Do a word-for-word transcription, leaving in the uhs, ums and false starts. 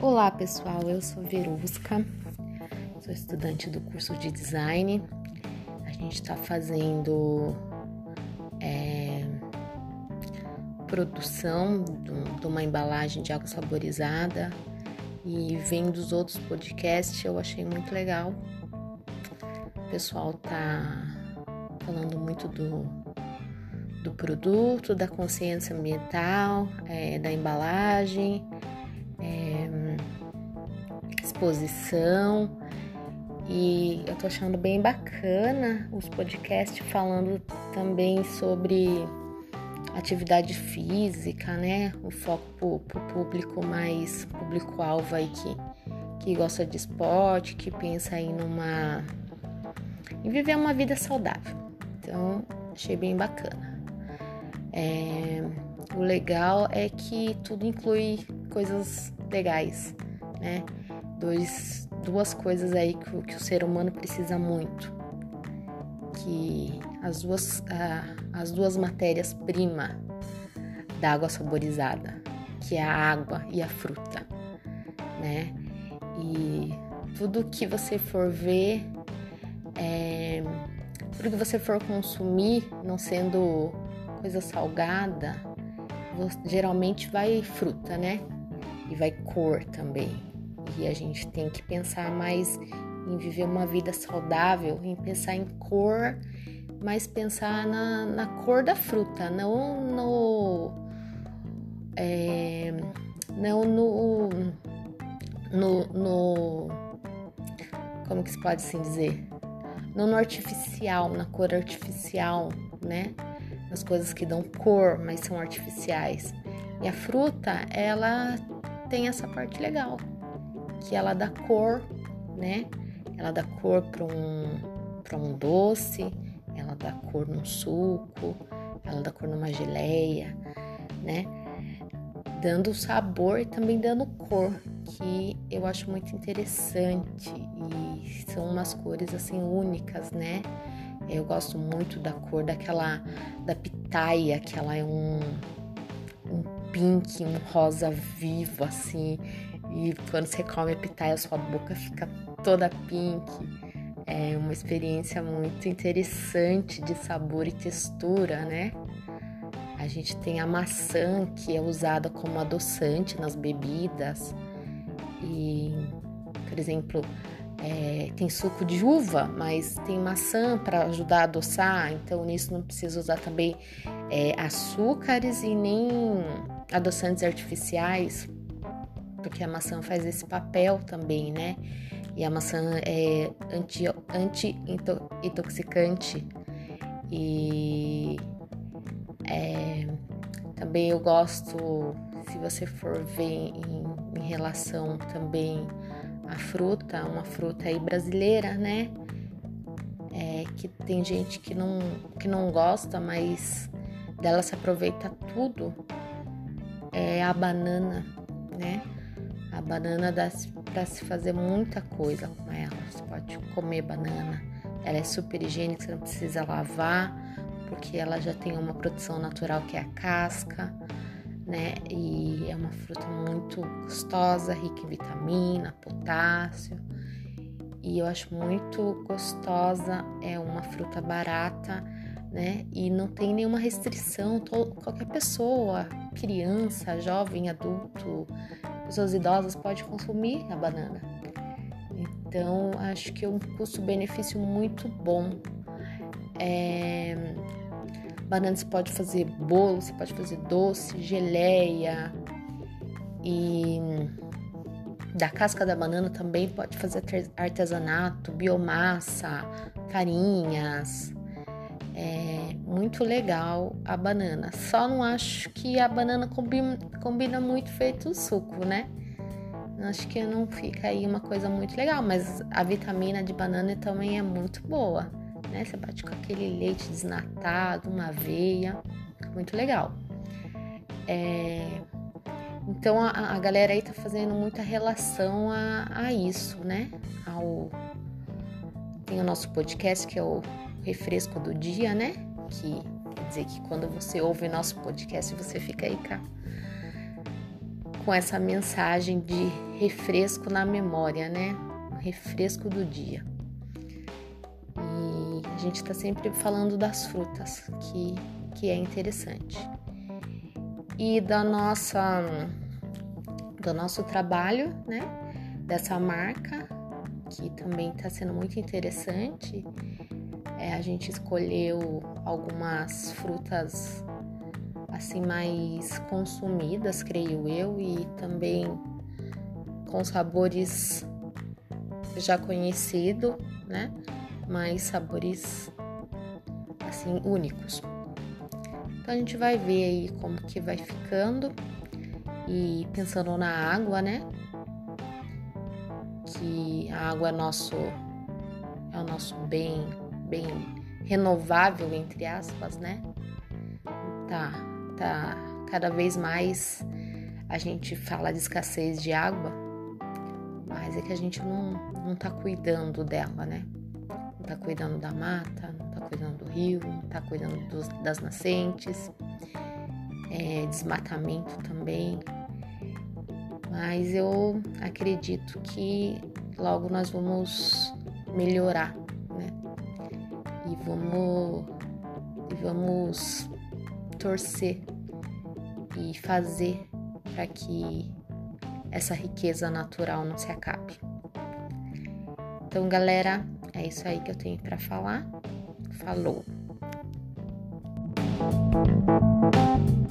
Olá pessoal, eu sou Verusca, sou estudante do curso de design. A gente está fazendo é, produção de uma embalagem de água saborizada e vendo os outros podcasts eu achei muito legal. O pessoal tá falando muito do, do produto, da consciência ambiental, é, da embalagem, é, exposição, e eu tô achando bem bacana os podcasts falando também sobre atividade física, né? O foco pro, pro público mais público-alvo aí que, que gosta de esporte, que pensa aí numa em viver uma vida saudável. Então, achei bem bacana. É, o legal é que tudo inclui coisas legais, né? Dois, duas coisas aí que, que o ser humano precisa muito, que as duas, a, as duas matérias-prima da água saborizada, que é a água e a fruta, né? E tudo que você for ver, é, tudo que você for consumir, não sendo coisa salgada, geralmente vai fruta, né? E vai cor também. E a gente tem que pensar mais em viver uma vida saudável, em pensar em cor, mas pensar na, na cor da fruta, não no... É, não no, no, no... Como que se pode assim dizer? Não no artificial, na cor artificial, né? Nas coisas que dão cor, mas são artificiais. E a fruta, ela tem essa parte legal, que ela dá cor, né? Ela dá cor para um, para um doce, ela dá cor num suco, ela dá cor numa geleia, né? Dando sabor e também dando cor, que eu acho muito interessante, e são umas cores assim únicas, né? Eu gosto muito da cor daquela, da pitaia, que ela é um, um pink, um rosa vivo, assim, e quando você come a pitaia, sua boca fica toda pink. É uma experiência muito interessante de sabor e textura, né? A gente tem a maçã, que é usada como adoçante nas bebidas, e, por exemplo, É, tem suco de uva, mas tem maçã para ajudar a adoçar, então nisso não precisa usar também é, açúcares e nem adoçantes artificiais, porque a maçã faz esse papel também, né? E a maçã é anti, anti-intoxicante. E é, também eu gosto, se você for ver em, em relação também a fruta, uma fruta aí brasileira, né? É, que tem gente que não, que não gosta, mas dela se aproveita tudo. É a banana, né? A banana dá para se fazer muita coisa com ela. Você pode comer banana. Ela é super higiênica, você não precisa lavar, porque ela já tem uma produção natural que é a casca, né? E é uma fruta muito gostosa, rica em vitamina, potássio, e eu acho muito gostosa. É uma fruta barata, né? E não tem nenhuma restrição. Todo, qualquer pessoa, criança, jovem, adulto, pessoas idosas pode consumir a banana. Então acho que é um custo-benefício muito bom. É... Banana você pode fazer bolo, você pode fazer doce, geleia, e da casca da banana também pode fazer artesanato, biomassa, farinhas. É muito legal a banana. Só não acho que a banana combina, combina muito feito o suco, né? Acho que não fica aí uma coisa muito legal, mas a vitamina de banana também é muito boa, né? Você bate com aquele leite desnatado, uma aveia, muito legal. É... Então a, a galera aí tá fazendo muita relação a, a isso, né? Ao... Tem o nosso podcast, que é o Refresco do Dia, né? Que quer dizer que quando você ouve nosso podcast, você fica aí com com essa mensagem de refresco na memória, né? Um refresco do dia. E a gente está sempre falando das frutas, que, que é interessante. E da nossa, do nosso trabalho, né? Dessa marca, que também está sendo muito interessante. É, a gente escolheu algumas frutas assim mais consumidas, creio eu, e também com sabores já conhecidos, né? Mas sabores assim únicos. Então a gente vai ver aí como que vai ficando. E pensando na água, né? Que a água é nosso é o nosso bem, bem renovável, entre aspas, né? Tá, tá cada vez mais a gente fala de escassez de água, mas é que a gente não, não tá cuidando dela, né? Não tá cuidando da mata, não tá cuidando do rio, não tá cuidando dos, das nascentes, é, desmatamento também. Mas eu acredito que logo nós vamos melhorar, né? E vamos, e vamos torcer e fazer para que essa riqueza natural não se acabe. Então, galera, é isso aí que eu tenho para falar. Falou!